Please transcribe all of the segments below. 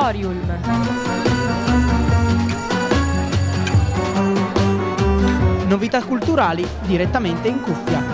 Auditorium. Novità culturali direttamente in cuffia.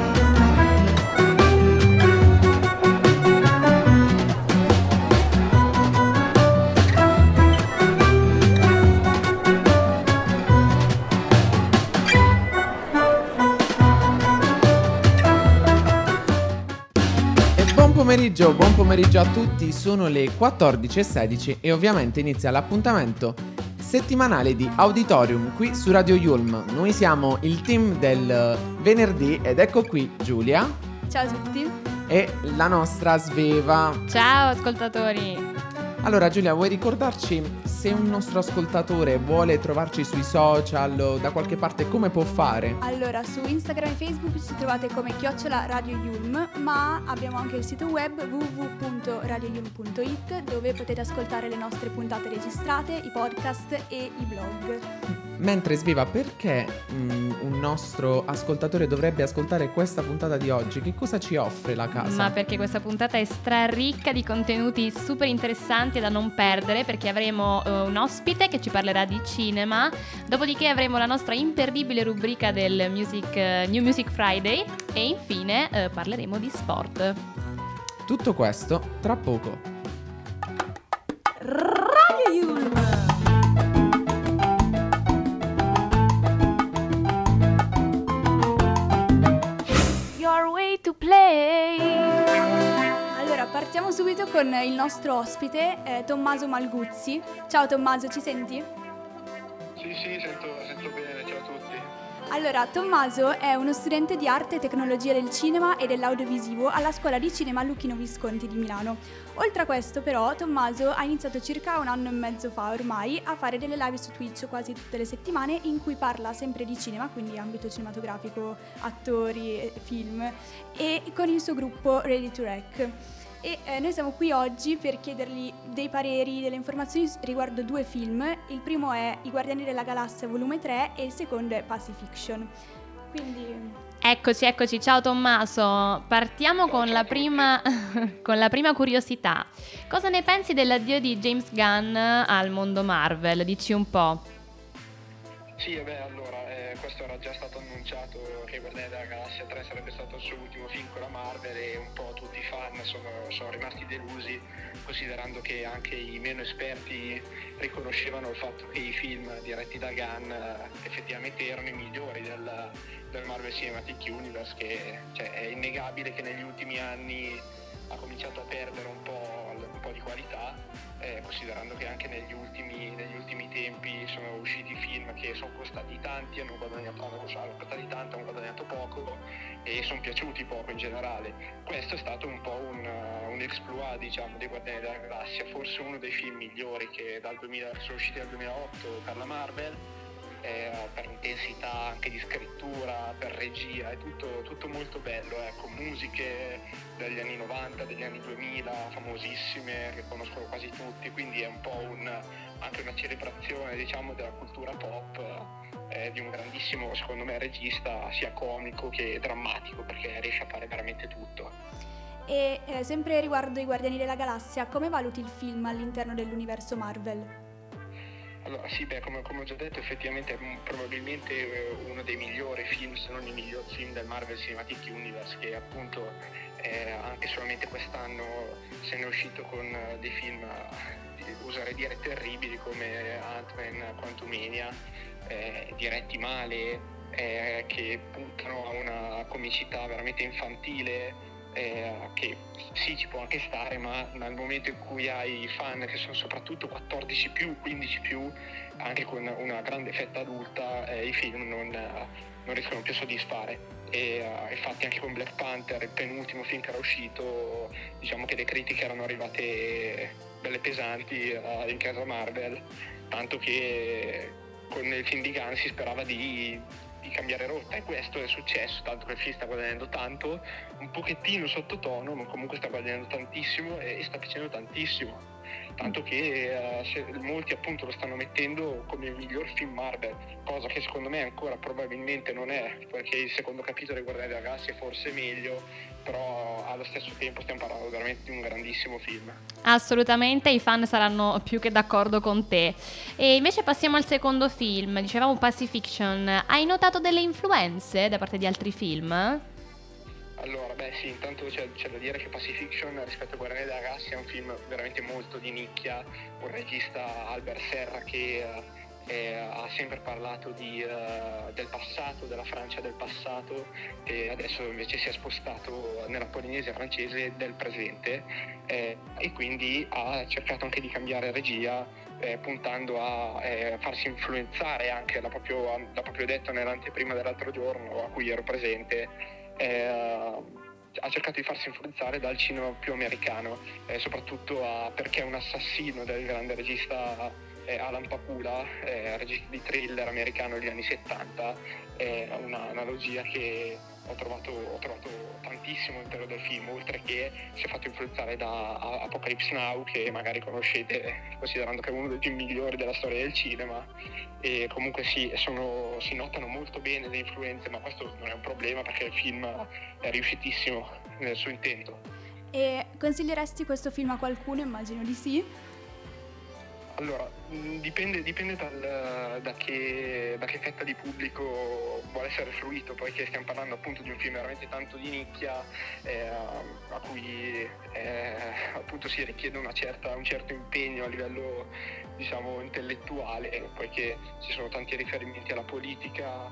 Buon pomeriggio a tutti, sono le 14:16 e ovviamente inizia l'appuntamento settimanale di Auditorium qui su Radio Yulm. Noi siamo il team del venerdì ed ecco qui Giulia. Ciao a tutti. E la nostra Sveva. Ciao ascoltatori. Allora Giulia, vuoi ricordarci se un nostro ascoltatore vuole trovarci sui social o da qualche parte come può fare? Allora, su Instagram e Facebook ci trovate come @Radio Yulm, ma abbiamo anche il sito web www.radioyulm.it dove potete ascoltare le nostre puntate registrate, i podcast e i blog. Mentre Sveva, perché un nostro ascoltatore dovrebbe ascoltare questa puntata di oggi? Che cosa ci offre la casa? Ma perché questa puntata è straricca di contenuti super interessanti da non perdere, perché avremo un ospite che ci parlerà di cinema, dopodiché avremo la nostra imperdibile rubrica del New Music Friday e infine parleremo di sport. Tutto questo tra poco. Radio Yulm! To play. Allora, partiamo subito con il nostro ospite, Tommaso Malguzzi. Ciao Tommaso, ci senti? Sì, sento bene, ciao a tutti. Allora, Tommaso è uno studente di arte e tecnologia del cinema e dell'audiovisivo alla scuola di cinema Luchino Visconti di Milano. Oltre a questo, però, Tommaso ha iniziato circa 1 anno e mezzo fa ormai a fare delle live su Twitch quasi tutte le settimane in cui parla sempre di cinema, quindi ambito cinematografico, attori, film, e con il suo gruppo Ready to Rec. E noi siamo qui oggi per chiedergli dei pareri, delle informazioni riguardo 2 film. Il primo è I Guardiani della Galassia volume 3 e il secondo è Pacifiction. Quindi... Eccoci, ciao Tommaso. Partiamo con la prima curiosità. Cosa ne pensi dell'addio di James Gunn al mondo Marvel? Dici un po'. Sì, allora, questo era già stato annunciato che Guardiani della Galassia 3 sarebbe stato il suo ultimo film con la Marvel e un po' tutti i fan sono rimasti delusi, considerando che anche i meno esperti riconoscevano il fatto che i film diretti da Gunn effettivamente erano i migliori del Marvel Cinematic Universe, che è innegabile che negli ultimi anni ha cominciato a perdere un po' di qualità, considerando che anche negli ultimi tempi sono usciti film che sono costati tanti, hanno guadagnato poco e sono piaciuti poco in generale. Questo è stato un po' un exploit, diciamo, dei Guardiani della Galassia, forse uno dei film migliori che sono usciti dal 2008 per la Marvel. Per intensità anche di scrittura, per regia, è tutto molto bello, musiche degli anni 90, degli anni 2000, famosissime, che conoscono quasi tutti, quindi è un po' anche una celebrazione, diciamo, della cultura pop, di un grandissimo, secondo me, regista, sia comico che drammatico, perché riesce a fare veramente tutto. E sempre riguardo I Guardiani della Galassia, come valuti il film all'interno dell'universo Marvel? Allora sì, come ho già detto, effettivamente è probabilmente uno dei migliori film, se non il miglior film del Marvel Cinematic Universe, che appunto anche solamente quest'anno se ne è uscito con dei film, oserei dire terribili, come Ant-Man, Quantumania, diretti male, che puntano a una comicità veramente infantile, che sì, ci può anche stare, ma nel momento in cui hai fan che sono soprattutto 14 più, 15 più, anche con una grande fetta adulta, i film non riescono più a soddisfare. E infatti anche con Black Panther, il penultimo film che era uscito, diciamo che le critiche erano arrivate belle pesanti in casa Marvel, tanto che con il film di Gunn si sperava di cambiare rotta, e questo è successo, tanto che il film sta guadagnando tanto, un pochettino sottotono, ma comunque sta guadagnando tantissimo e sta piacendo tantissimo, tanto che molti appunto lo stanno mettendo come il miglior film Marvel, cosa che secondo me ancora probabilmente non è, perché il secondo capitolo di Guardiani della Galassia è forse meglio, però allo stesso tempo stiamo parlando veramente di un grandissimo film. Assolutamente, i fan saranno più che d'accordo con te. E invece passiamo al secondo film, dicevamo Pacifiction. Hai notato delle influenze da parte di altri film? Allora, sì, intanto c'è da dire che Pacifiction rispetto a Guerrieri della Galassia è un film veramente molto di nicchia, un regista, Albert Serra, che ha sempre parlato del passato, della Francia del passato, e adesso invece si è spostato nella Polinesia francese del presente, e quindi ha cercato anche di cambiare regia, puntando a farsi influenzare anche, l'ha proprio detto nell'anteprima dell'altro giorno a cui ero presente, ha cercato di farsi influenzare dal cinema più americano, soprattutto perché è un assassino del grande regista Alan Pakula, regista di thriller americano degli anni 70, è un'analogia che ho trovato tantissimo all'interno del film, oltre che si è fatto influenzare da Apocalypse Now, che magari conoscete considerando che è uno dei film migliori della storia del cinema, e comunque si notano molto bene le influenze, ma questo non è un problema perché il film è riuscitissimo nel suo intento. E consiglieresti questo film a qualcuno? Immagino di sì. Allora, dipende da che fetta di pubblico vuole essere fruito, poiché stiamo parlando appunto di un film veramente tanto di nicchia, a cui appunto si richiede un certo impegno a livello, diciamo, intellettuale, poiché ci sono tanti riferimenti alla politica,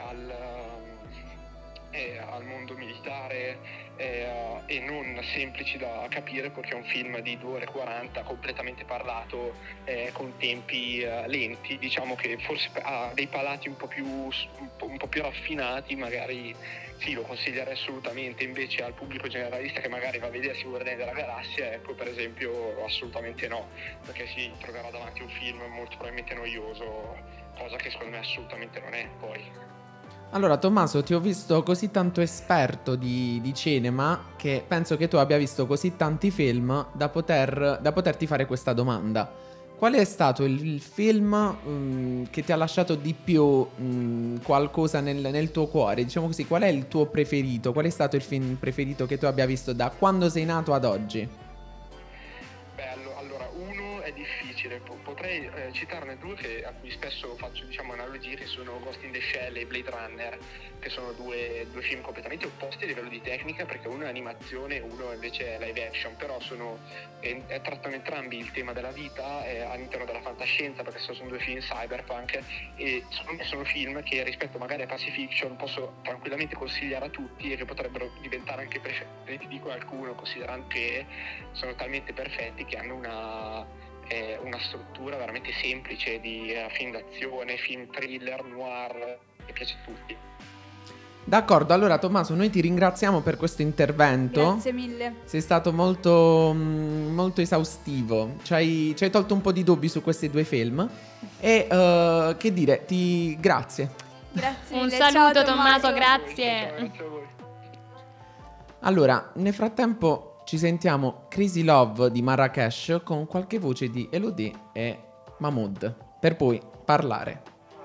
al mondo militare, e non semplici da capire, perché è un film di 2 ore e 40 completamente parlato, con tempi lenti, diciamo che forse ha dei palati un po' più raffinati, magari sì, lo consiglierei assolutamente. Invece al pubblico generalista che magari va a vedersi Guardiani della Galassia, ecco, per esempio, assolutamente no, perché si troverà davanti un film molto probabilmente noioso, cosa che secondo me assolutamente non è poi. Allora, Tommaso, ti ho visto così tanto esperto di cinema che penso che tu abbia visto così tanti film da poterti fare questa domanda. Qual è stato il film che ti ha lasciato di più qualcosa nel tuo cuore? Diciamo così, qual è il tuo preferito? Qual è stato il film preferito che tu abbia visto da quando sei nato ad oggi? Allora, uno è difficile, potrei citarne 2 a cui spesso faccio, diciamo, analogie, che sono Ghost in the Shell e Blade Runner, che sono due film completamente opposti a livello di tecnica, perché uno è animazione e uno invece è live action, però trattano entrambi il tema della vita all'interno della fantascienza, perché sono 2 film cyberpunk, e sono film che rispetto magari a Pacifiction posso tranquillamente consigliare a tutti, e che potrebbero diventare anche preferiti di qualcuno, considerando che sono talmente perfetti che hanno una struttura veramente semplice di film d'azione, film thriller, noir, che piace a tutti. D'accordo, allora Tommaso, noi ti ringraziamo per questo intervento. Grazie mille. Sei stato molto, molto esaustivo. Ci hai tolto un po' di dubbi su questi 2 film. E che dire, grazie. Grazie Un mille. saluto, Ciao, Tommaso, Tommaso. grazie. Grazie a voi. Allora, nel frattempo ci sentiamo Crazy Love di Marrakesh con qualche voce di Elodie e Mahmood, per poi parlare.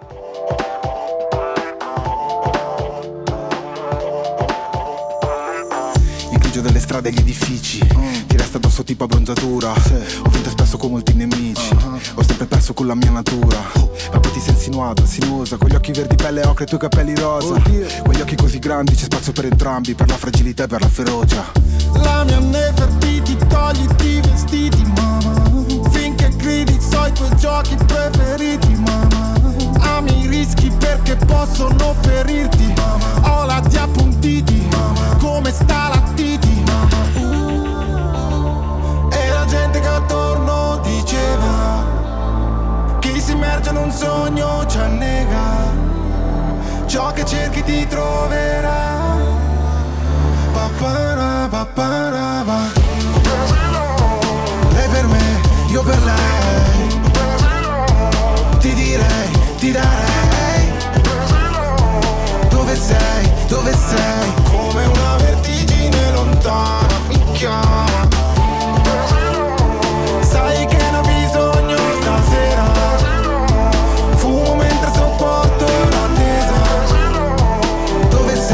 Il grigio delle strade e gli edifici ti resta addosso tipo abbronzatura. Ho vinto spesso con molti nemici, ho sempre perso con la mia natura. Ma poi ti sei insinuata, sinuosa, con gli occhi verdi pelle ocre e i tuoi capelli rosa. Con gli occhi così grandi c'è spazio per entrambi, per la fragilità e per la ferocia. La mia Nefertiti, togliti i vestiti, mamma. Finché gridi so i tuoi giochi preferiti, mamma. Ami i rischi perché possono ferirti, mamma. Ho lati appuntiti, mamma. Come stalattiti, mamma. E la gente che attorno diceva: chi si immerge in un sogno ci annega, ciò che cerchi ti troverà. Papara, papara, va. Lei per me, io per lei. Ti direi, ti darei. Dove sei, dove sei? Come una vertigine lontana mi chiama. Sai che ne ho bisogno stasera. Fumo mentre sopporto l'attesa. Dove sei?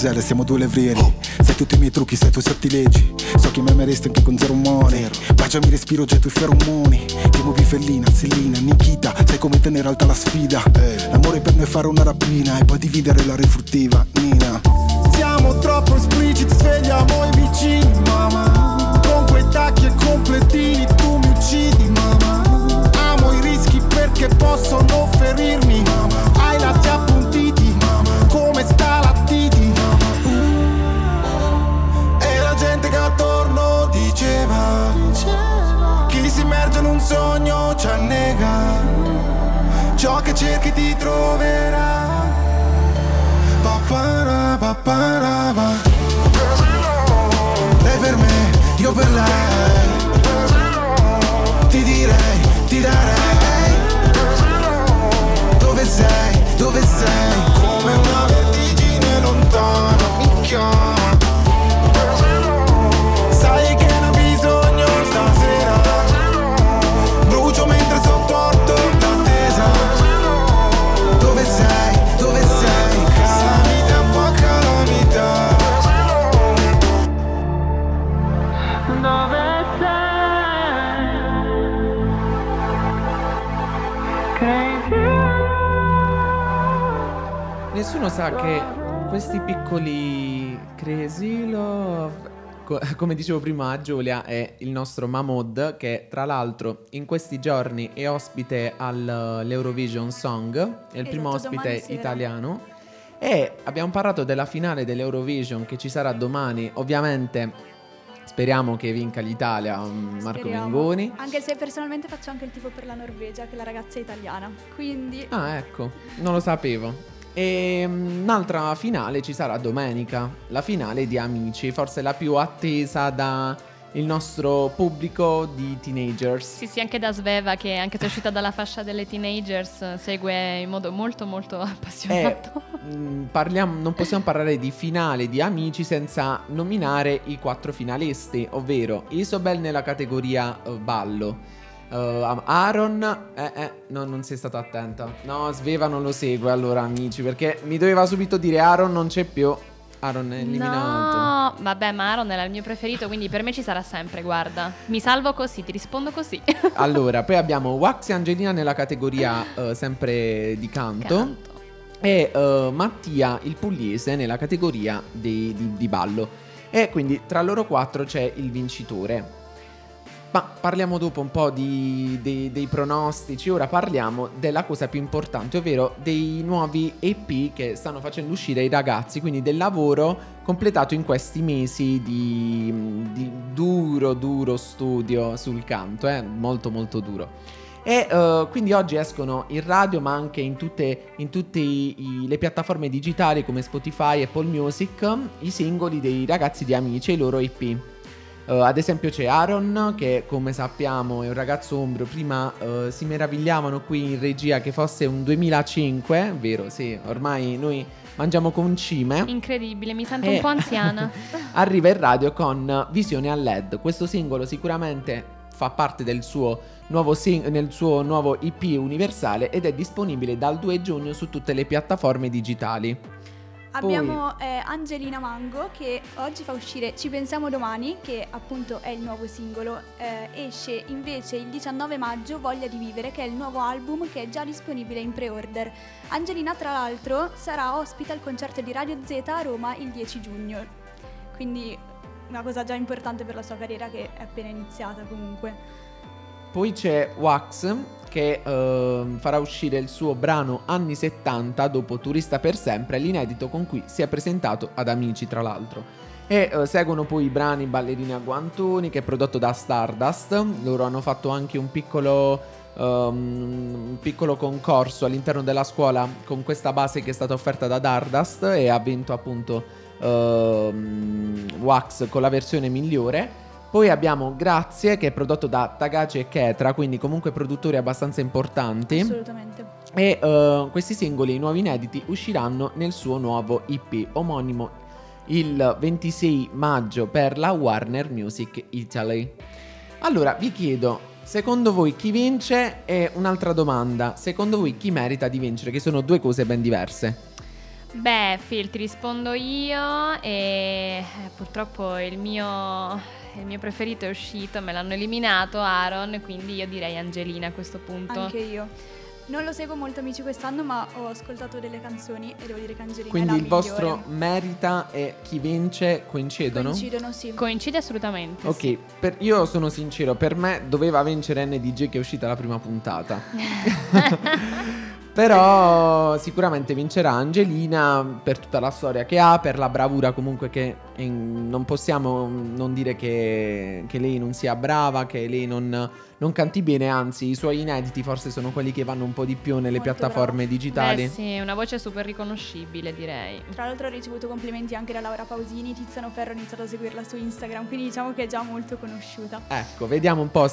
Gele, siamo due levrieri. Sai tutti i miei trucchi, sai i tuoi sortilegi. So che mi ameresti anche con zero money. Baciami, respiro, getto i feromoni. Ti muovi fellina, Selina, Nikita. Sai come tenere alta la sfida. L'amore per noi è fare una rapina e poi dividere la refruttiva, Nina. Siamo troppo espliciti, svegliamo i vicini, mamma. Con quei tacchi e completini tu mi uccidi, mamma. Amo i rischi perché possono ferirmi, mamma. Hai lati appuntiti, mamma. Come sta la Titi, e la gente che attorno diceva chi si immerge in un sogno ci annega. Ciò che cerchi ti troverà. Papara, papara, pa. Lei per me, io per lei. Ti direi, ti darei. Dove sei, dove sei? Come una vertigine lontana mi chiama. Sai che ne ho bisogno stasera. Brucio mentre sottorto l'attesa. Dove sei, dove sei? Calamita, un po' calamita. Dove sei? Nessuno sa che questi piccoli Crazy Love, come dicevo prima a Giulia, è il nostro Mahmood, che tra l'altro in questi giorni è ospite all'Eurovision Song, è il primo Esatto, ospite domani sera. italiano. E abbiamo parlato della finale dell'Eurovision che ci sarà domani. Ovviamente speriamo che vinca l'Italia, Marco Speriamo. Mengoni. Anche se personalmente faccio anche il tifo per la Norvegia, che la ragazza è italiana. Quindi Ah, ecco, non lo sapevo. E un'altra finale ci sarà domenica, la finale di Amici, forse la più attesa da il nostro pubblico di teenagers. Sì, sì, anche da Sveva, che anche se è uscita dalla fascia delle teenagers, segue in modo molto molto appassionato. Non possiamo parlare di finale di Amici senza nominare i 4 finalisti, ovvero Isobel nella categoria ballo, Aaron, no, non sei stata attenta. No, Sveva non lo segue allora, Amici, perché mi doveva subito dire Aaron non c'è più. Aaron è eliminato. No, vabbè, ma Aaron era il mio preferito, quindi per me ci sarà sempre, guarda. Mi salvo così, ti rispondo così. Allora, poi abbiamo Wax e Angelina nella categoria sempre di canto. E Mattia il Pugliese nella categoria di ballo. E quindi tra loro 4 c'è il vincitore. Ma parliamo dopo un po' dei pronostici. Ora parliamo della cosa più importante, ovvero dei nuovi EP che stanno facendo uscire i ragazzi, quindi del lavoro completato in questi mesi di duro studio sul canto, molto molto duro. E quindi oggi escono in radio, ma anche in tutte le piattaforme digitali come Spotify e Apple Music, i singoli dei ragazzi di Amici e i loro EP. Ad esempio c'è Aaron, che come sappiamo è un ragazzo umbro. Prima si meravigliavano qui in regia che fosse un 2005, vero? Sì, ormai noi mangiamo con cime. Incredibile, mi sento un po' anziana. Arriva in radio con Visione a LED. Questo singolo sicuramente fa parte del suo nuovo nel suo nuovo EP universale ed è disponibile dal 2 giugno su tutte le piattaforme digitali. abbiamo Angelina Mango, che oggi fa uscire Ci pensiamo domani, che appunto è il nuovo singolo. Esce invece il 19 maggio Voglia di vivere, che è il nuovo album che è già disponibile in pre-order. Angelina tra l'altro sarà ospite al concerto di Radio Z a Roma il 10 giugno, quindi una cosa già importante per la sua carriera, che è appena iniziata comunque. Poi c'è Wax, che farà uscire il suo brano Anni 70 dopo Turista per sempre, l'inedito con cui si è presentato ad Amici tra l'altro. E seguono poi i brani Ballerini a guantoni, che è prodotto da Stardust. Loro hanno fatto anche un piccolo concorso all'interno della scuola con questa base che è stata offerta da Stardust e ha vinto appunto Wax con la versione migliore. Poi abbiamo Grazie, che è prodotto da Tagaci e Ketra, quindi comunque produttori abbastanza importanti. Assolutamente. E questi singoli, i nuovi inediti, usciranno nel suo nuovo EP omonimo il 26 maggio per la Warner Music Italy. Allora, vi chiedo, secondo voi chi vince? E un'altra domanda, secondo voi chi merita di vincere? Che sono due cose ben diverse. Beh, Phil, ti rispondo io e purtroppo il mio preferito è uscito, me l'hanno eliminato, Aaron, quindi io direi Angelina a questo punto. Anche io. Non lo seguo molto Amici quest'anno, ma ho ascoltato delle canzoni e devo dire che Angelina Quindi è la il vostro migliore. merita e chi vince coincidono? Coincidono, sì. Coincide assolutamente. Ok, sì. io sono sincero, per me doveva vincere NDG che è uscita la prima puntata. Però sicuramente vincerà Angelina per tutta la storia che ha, per la bravura comunque che non possiamo non dire che lei non sia brava, che lei non canti bene, anzi i suoi inediti forse sono quelli che vanno un po' di più nelle Molto piattaforme digitali. Beh sì, una voce super riconoscibile, direi. Tra l'altro ho ricevuto complimenti anche da Laura Pausini, Tiziano Ferro ha iniziato a seguirla su Instagram, quindi diciamo che è già molto conosciuta. Ecco, vediamo un po'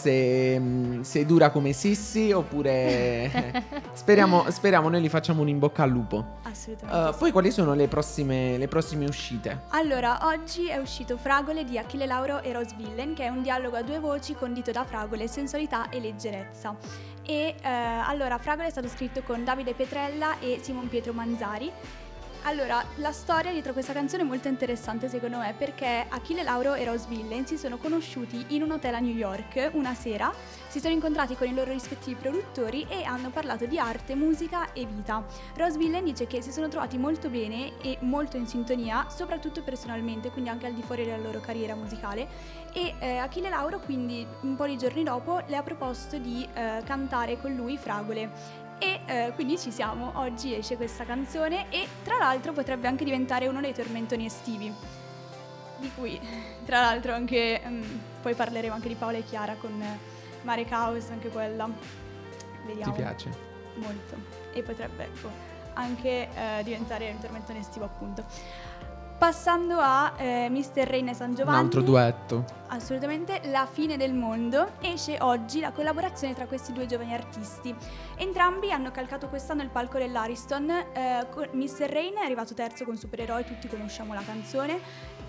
se dura come Sissi oppure speriamo, noi gli facciamo un in bocca al lupo. Assolutamente sì. Poi quali sono le prossime uscite? Allora, oggi è uscito Fragole di Achille Lauro e Rose Villain, che è un dialogo a due voci condito da Fragole, sensualità e leggerezza. E allora, Fragole è stato scritto con Davide Petrella e Simon Pietro Manzari. Allora, la storia dietro questa canzone è molto interessante secondo me, perché Achille Lauro e Rose Villain si sono conosciuti in un hotel a New York una sera, si sono incontrati con i loro rispettivi produttori e hanno parlato di arte, musica e vita. Rose Villain dice che si sono trovati molto bene e molto in sintonia, soprattutto personalmente, quindi anche al di fuori della loro carriera musicale, e Achille Lauro quindi un po' di giorni dopo le ha proposto di cantare con lui Fragole. E quindi ci siamo, oggi esce questa canzone e tra l'altro potrebbe anche diventare uno dei tormentoni estivi, di cui tra l'altro anche poi parleremo anche di Paola e Chiara con Mare Caos, anche quella. Vediamo. Ti piace? Molto. E potrebbe ecco anche diventare un tormentone estivo appunto. Passando a Mr. Rain e San Un Giovanni. altro duetto. Assolutamente, La fine del mondo. Esce oggi la collaborazione tra questi due giovani artisti. Entrambi hanno calcato quest'anno il palco dell'Ariston. Mr. Rain è arrivato terzo con Supereroi, tutti conosciamo la canzone,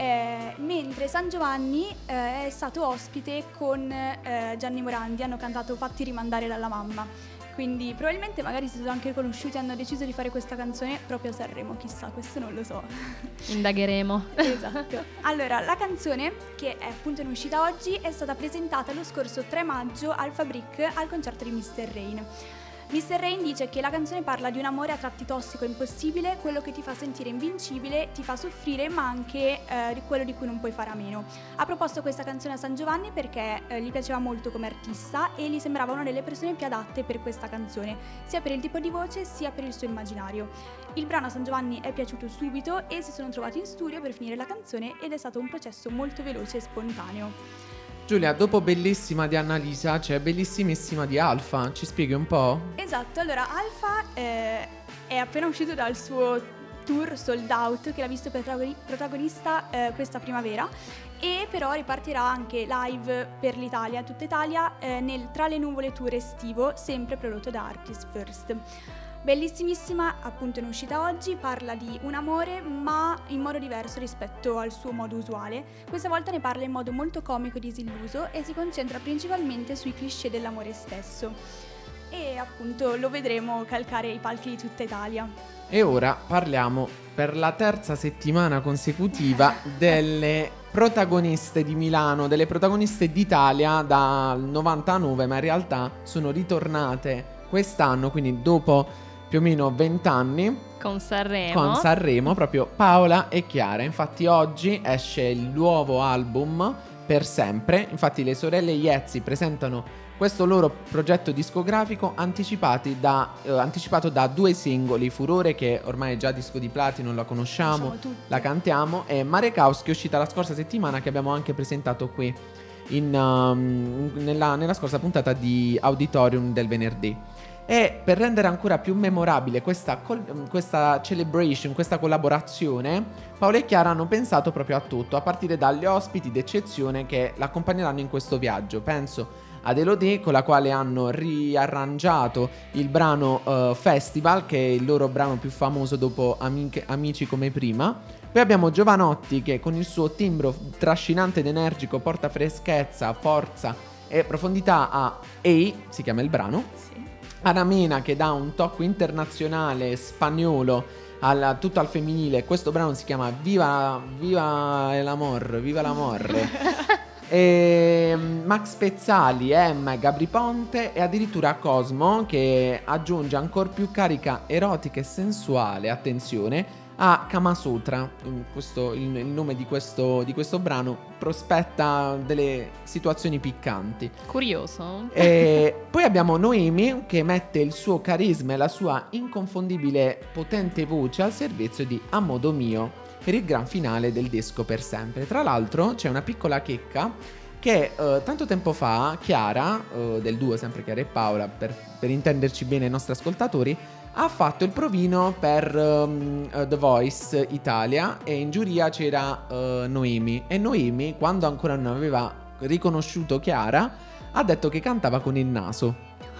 mentre San Giovanni è stato ospite con Gianni Morandi, hanno cantato Fatti rimandare dalla mamma. Quindi probabilmente magari si sono anche conosciuti e hanno deciso di fare questa canzone proprio a Sanremo, chissà, questo non lo so. Indagheremo. Esatto. Allora, la canzone, che è appunto in uscita oggi, è stata presentata lo scorso 3 maggio al Fabric al concerto di Mr. Rain. Mr. Rain dice che la canzone parla di un amore a tratti tossico e impossibile, quello che ti fa sentire invincibile, ti fa soffrire, ma anche di quello di cui non puoi fare a meno. Ha proposto questa canzone a San Giovanni perché gli piaceva molto come artista e gli sembrava una delle persone più adatte per questa canzone, sia per il tipo di voce sia per il suo immaginario. Il brano a San Giovanni è piaciuto subito e si sono trovati in studio per finire la canzone ed è stato un processo molto veloce e spontaneo. Giulia, dopo bellissima di Annalisa c'è bellissimissima di Alfa, ci spieghi un po'? Esatto, allora Alfa è appena uscito dal suo tour sold out che l'ha visto protagonista questa primavera e però ripartirà anche live per l'Italia, tutta Italia, nel Tra le nuvole tour estivo, sempre prodotto da Artist First. Bellissimissima, appunto in uscita oggi, parla di un amore ma in modo diverso rispetto al suo modo usuale. Questa volta ne parla in modo molto comico e disilluso e si concentra principalmente sui cliché dell'amore stesso. E appunto lo vedremo calcare i palchi di tutta Italia. E ora parliamo per la terza settimana consecutiva delle protagoniste di Milano, delle protagoniste d'Italia dal 99, ma in realtà sono ritornate quest'anno, quindi dopo più o meno 20 anni Con Sanremo. con Sanremo, proprio Paola e Chiara. Infatti oggi esce il nuovo album Per Sempre. Infatti le sorelle Iezzi presentano questo loro progetto discografico anticipato da 2 singoli: Furore, che ormai è già disco di platino, la conosciamo, tutti. la cantiamo, e Mare Caos, che è uscita la scorsa settimana, che abbiamo anche presentato qui nella scorsa puntata di Auditorium del venerdì. E per rendere ancora più memorabile questa celebration, questa collaborazione, Paola e Chiara hanno pensato proprio a tutto, a partire dagli ospiti d'eccezione che l'accompagneranno in questo viaggio. Penso ad Elodie, con la quale hanno riarrangiato il brano Festival, che è il loro brano più famoso dopo Amici come prima. Poi abbiamo Giovanotti, che con il suo timbro trascinante ed energico porta freschezza, forza e profondità a Ehi, si chiama il brano. Sì. Ana Mena che dà un tocco internazionale spagnolo tutto al femminile. Questo brano si chiama Viva el amor, Viva l'amor. E Max Pezzali, Emma, Gabri Ponte e addirittura Cosmo che aggiunge ancora più carica erotica e sensuale, attenzione, a Kama Sutra. Il nome di questo brano prospetta delle situazioni piccanti. Curioso. E poi abbiamo Noemi che mette il suo carisma e la sua inconfondibile potente voce al servizio di A Modo Mio per il gran finale del disco Per Sempre. Tra l'altro c'è una piccola checca che tanto tempo fa Chiara, del duo sempre Chiara e Paola, per intenderci bene i nostri ascoltatori, ha fatto il provino per The Voice Italia e in giuria c'era Noemi. E Noemi, quando ancora non aveva riconosciuto Chiara, ha detto che cantava con il naso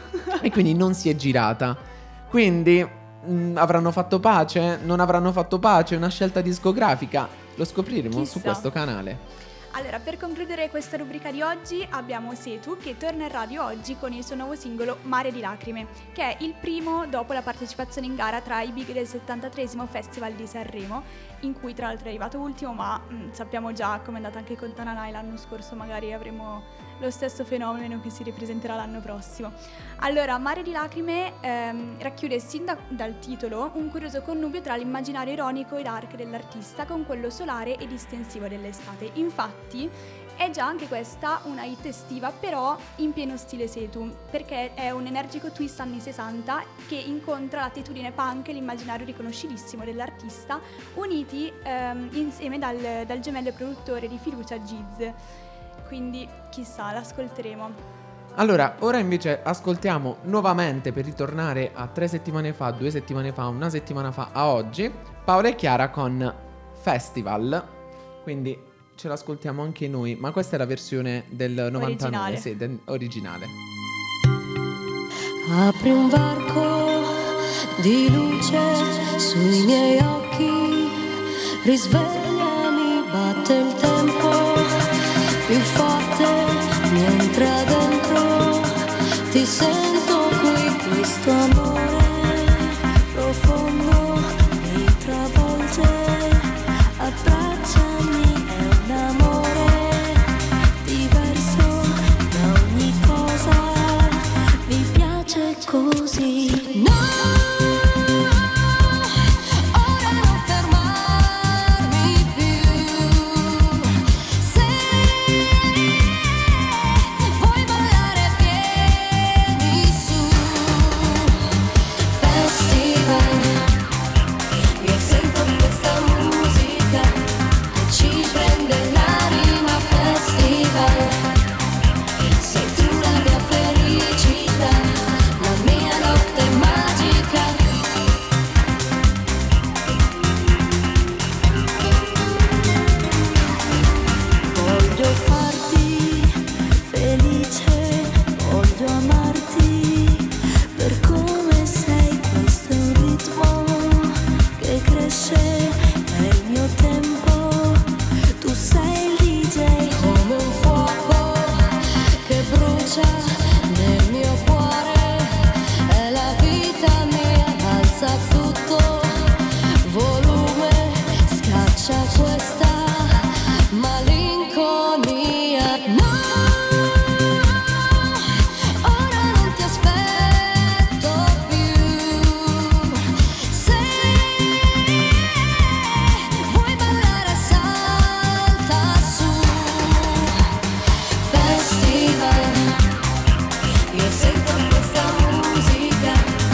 e quindi non si è girata. Quindi avranno fatto pace? Non avranno fatto pace? Una scelta discografica? Lo scopriremo su questo canale. Allora, per concludere questa rubrica di oggi abbiamo Setu che torna in radio oggi con il suo nuovo singolo Mare di Lacrime, che è il primo dopo la partecipazione in gara tra i big del 73esimo Festival di Sanremo, in cui tra l'altro è arrivato ultimo, ma sappiamo già come è andata anche con Tananai l'anno scorso, magari avremo lo stesso fenomeno che si ripresenterà l'anno prossimo. Allora, Mare di Lacrime racchiude sin dal titolo un curioso connubio tra l'immaginario ironico e dark dell'artista con quello solare e distensivo dell'estate. Infatti è già anche questa una hit estiva, però in pieno stile Setu, perché è un energico twist anni 60 che incontra l'attitudine punk e l'immaginario riconoscibilissimo dell'artista, uniti insieme dal gemello produttore di Fiducia Giz. Quindi chissà, l'ascolteremo. Allora, ora invece ascoltiamo nuovamente, per ritornare a 3 settimane fa, 2 settimane fa, 1 settimana fa a oggi, Paola e Chiara con Festival. Quindi ce l'ascoltiamo anche noi, ma questa è la versione del 99, originale. Sì, originale. Apri un varco di luce sui miei occhi, risvegliami, batte il tempo più forte, mi entra dentro, ti sento qui, questo amore profondo mi travolge, abbracciami, è un amore diverso da ogni cosa, mi piace così. No!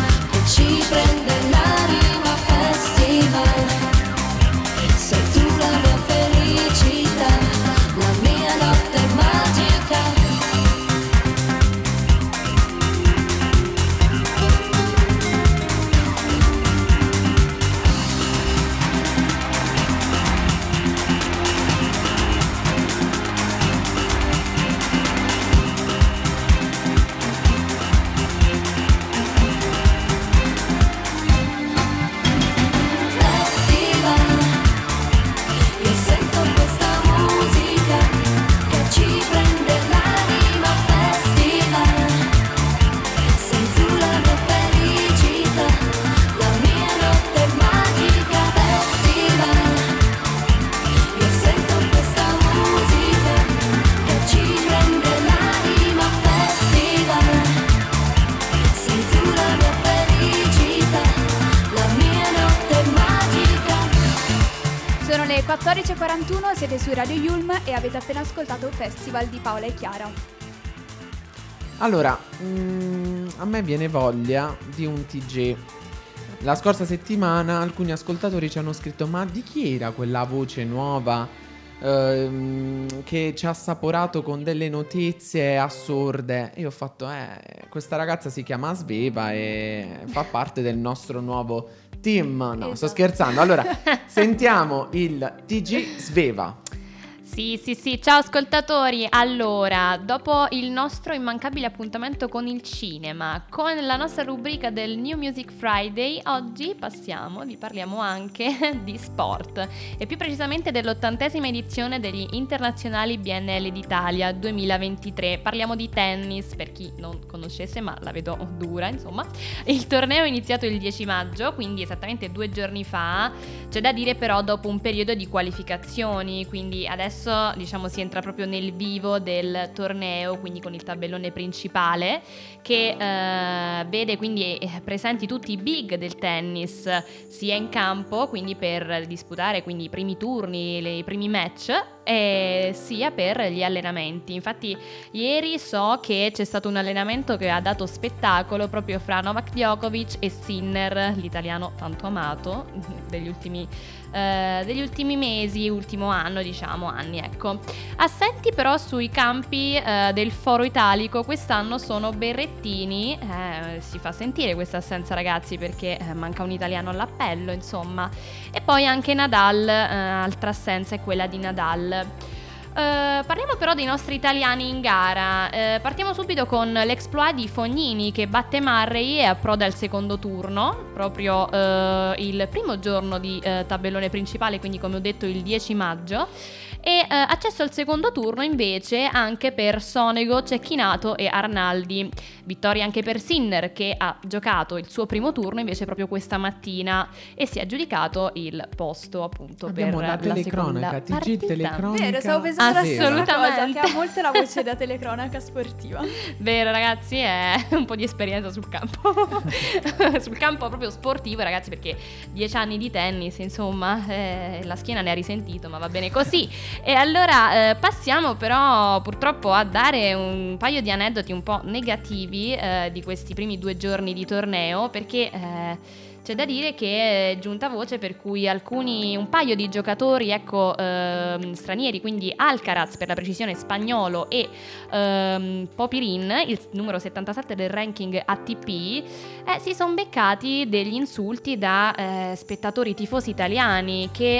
Sei tu la 14:41, siete su Radio Yulm e avete appena ascoltato Festival di Paola e Chiara. Allora, a me viene voglia di un TG. La scorsa settimana alcuni ascoltatori ci hanno scritto: ma di chi era quella voce nuova che ci ha assaporato con delle notizie assurde? E io ho fatto: questa ragazza si chiama Sveva e fa parte del nostro nuovo team. No, Esatto. sto scherzando. Allora, sentiamo il TG Sveva. Sì, ciao ascoltatori. Allora, dopo il nostro immancabile appuntamento con il cinema, con la nostra rubrica del New Music Friday, oggi vi parliamo anche di sport e più precisamente dell'80ª edizione degli Internazionali BNL d'Italia 2023. Parliamo di tennis, per chi non conoscesse, ma la vedo dura, insomma. Il torneo è iniziato il 10 maggio, quindi esattamente 2 giorni fa. C'è da dire però dopo un periodo di qualificazioni, quindi adesso diciamo si entra proprio nel vivo del torneo, quindi con il tabellone principale che vede quindi presenti tutti i big del tennis sia in campo, quindi per disputare quindi i primi turni, i primi match, e sia per gli allenamenti. Infatti ieri so che c'è stato un allenamento che ha dato spettacolo proprio fra Novak Djokovic e Sinner, l'italiano tanto amato degli ultimi mesi, ultimo anno, diciamo anni, ecco. Assenti però sui campi del Foro Italico quest'anno sono Berrettini, si fa sentire questa assenza, ragazzi, perché manca un italiano all'appello, insomma, e poi anche Nadal, altra assenza è quella di Nadal. Parliamo però dei nostri italiani in gara. Partiamo subito con l'exploit di Fognini che batte Murray e approda al secondo turno, proprio il primo giorno di tabellone principale, quindi come ho detto il 10 maggio. E accesso al secondo turno invece anche per Sonego, Cecchinato e Arnaldi. Vittoria anche per Sinner che ha giocato il suo primo turno invece proprio questa mattina e si è aggiudicato il posto appunto Abbiamo per la la seconda telecronaca, TG partita. telecronaca. Vero, stavo pensando la stessa Assolutamente. cosa, che ha molto la voce da telecronaca sportiva. Vero, ragazzi, è un po' di esperienza sul campo. Sul campo proprio sportivo, ragazzi, perché 10 anni di tennis, insomma, la schiena ne ha risentito, ma va bene così. E allora passiamo però purtroppo a dare un paio di aneddoti un po' negativi di questi primi 2 giorni di torneo, perché c'è da dire che è giunta voce per cui un paio di giocatori, ecco, stranieri, quindi Alcaraz per la precisione spagnolo e Popirin, il numero 77 del ranking ATP, si sono beccati degli insulti da spettatori tifosi italiani che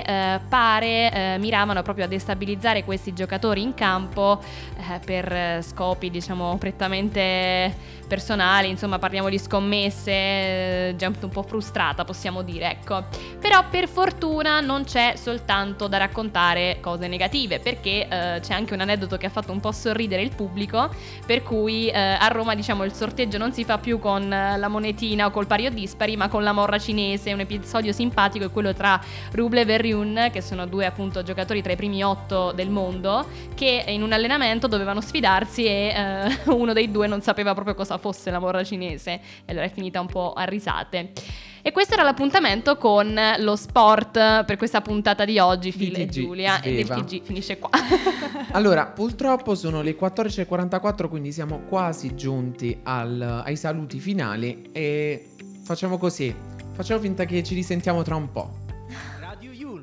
pare miravano proprio a destabilizzare questi giocatori in campo per scopi, diciamo, prettamente personali. Insomma, parliamo di scommesse, gente un po' frustrata, possiamo dire, ecco. Però per fortuna non c'è soltanto da raccontare cose negative, perché c'è anche un aneddoto che ha fatto un po' sorridere il pubblico, per cui a Roma, diciamo, il sorteggio non si fa più con la monetina o col pari o dispari, ma con la morra cinese. Un episodio simpatico è quello tra Rublev e Rune, che sono 2 appunto giocatori tra i primi 8 del mondo, che in un allenamento dovevano sfidarsi e uno dei 2 non sapeva proprio cosa fosse la morra cinese, e allora è finita un po' a risate. E questo era l'appuntamento con lo sport per questa puntata di oggi, Phil e TG Giulia, e del Sveva. TG finisce qua. Allora, purtroppo sono le 14:44, quindi siamo quasi giunti ai saluti finali e facciamo così, facciamo finta che ci risentiamo tra un po'. Radio Yulm.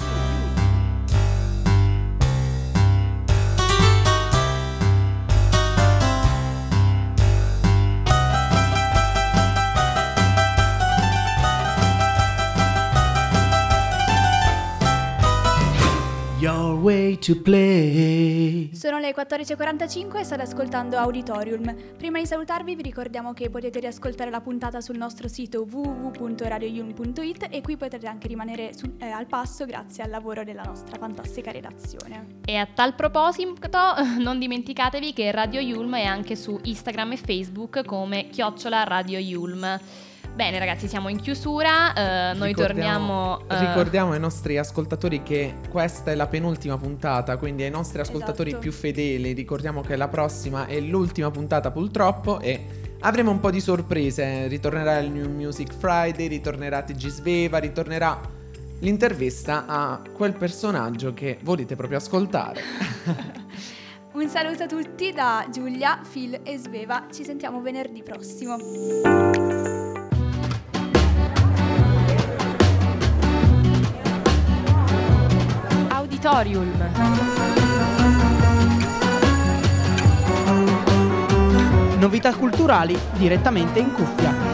Your way to play. Sono le 14:45 e state ascoltando Auditorium. Prima di salutarvi vi ricordiamo che potete riascoltare la puntata sul nostro sito www.radioyulm.it e qui potrete anche rimanere al passo grazie al lavoro della nostra fantastica redazione. E a tal proposito non dimenticatevi che Radio Yulm è anche su Instagram e Facebook come @Radio Yulm. Bene ragazzi, siamo in chiusura, noi torniamo... Ricordiamo ai nostri ascoltatori che questa è la penultima puntata, quindi ai nostri ascoltatori Esatto. più fedeli ricordiamo che la prossima è l'ultima puntata purtroppo e avremo un po' di sorprese. Ritornerà il New Music Friday, ritornerà TG Sveva, ritornerà l'intervista a quel personaggio che volete proprio ascoltare. Un saluto a tutti da Giulia, Phil e Sveva. Ci sentiamo venerdì prossimo. Auditorium. Novità culturali direttamente in cuffia.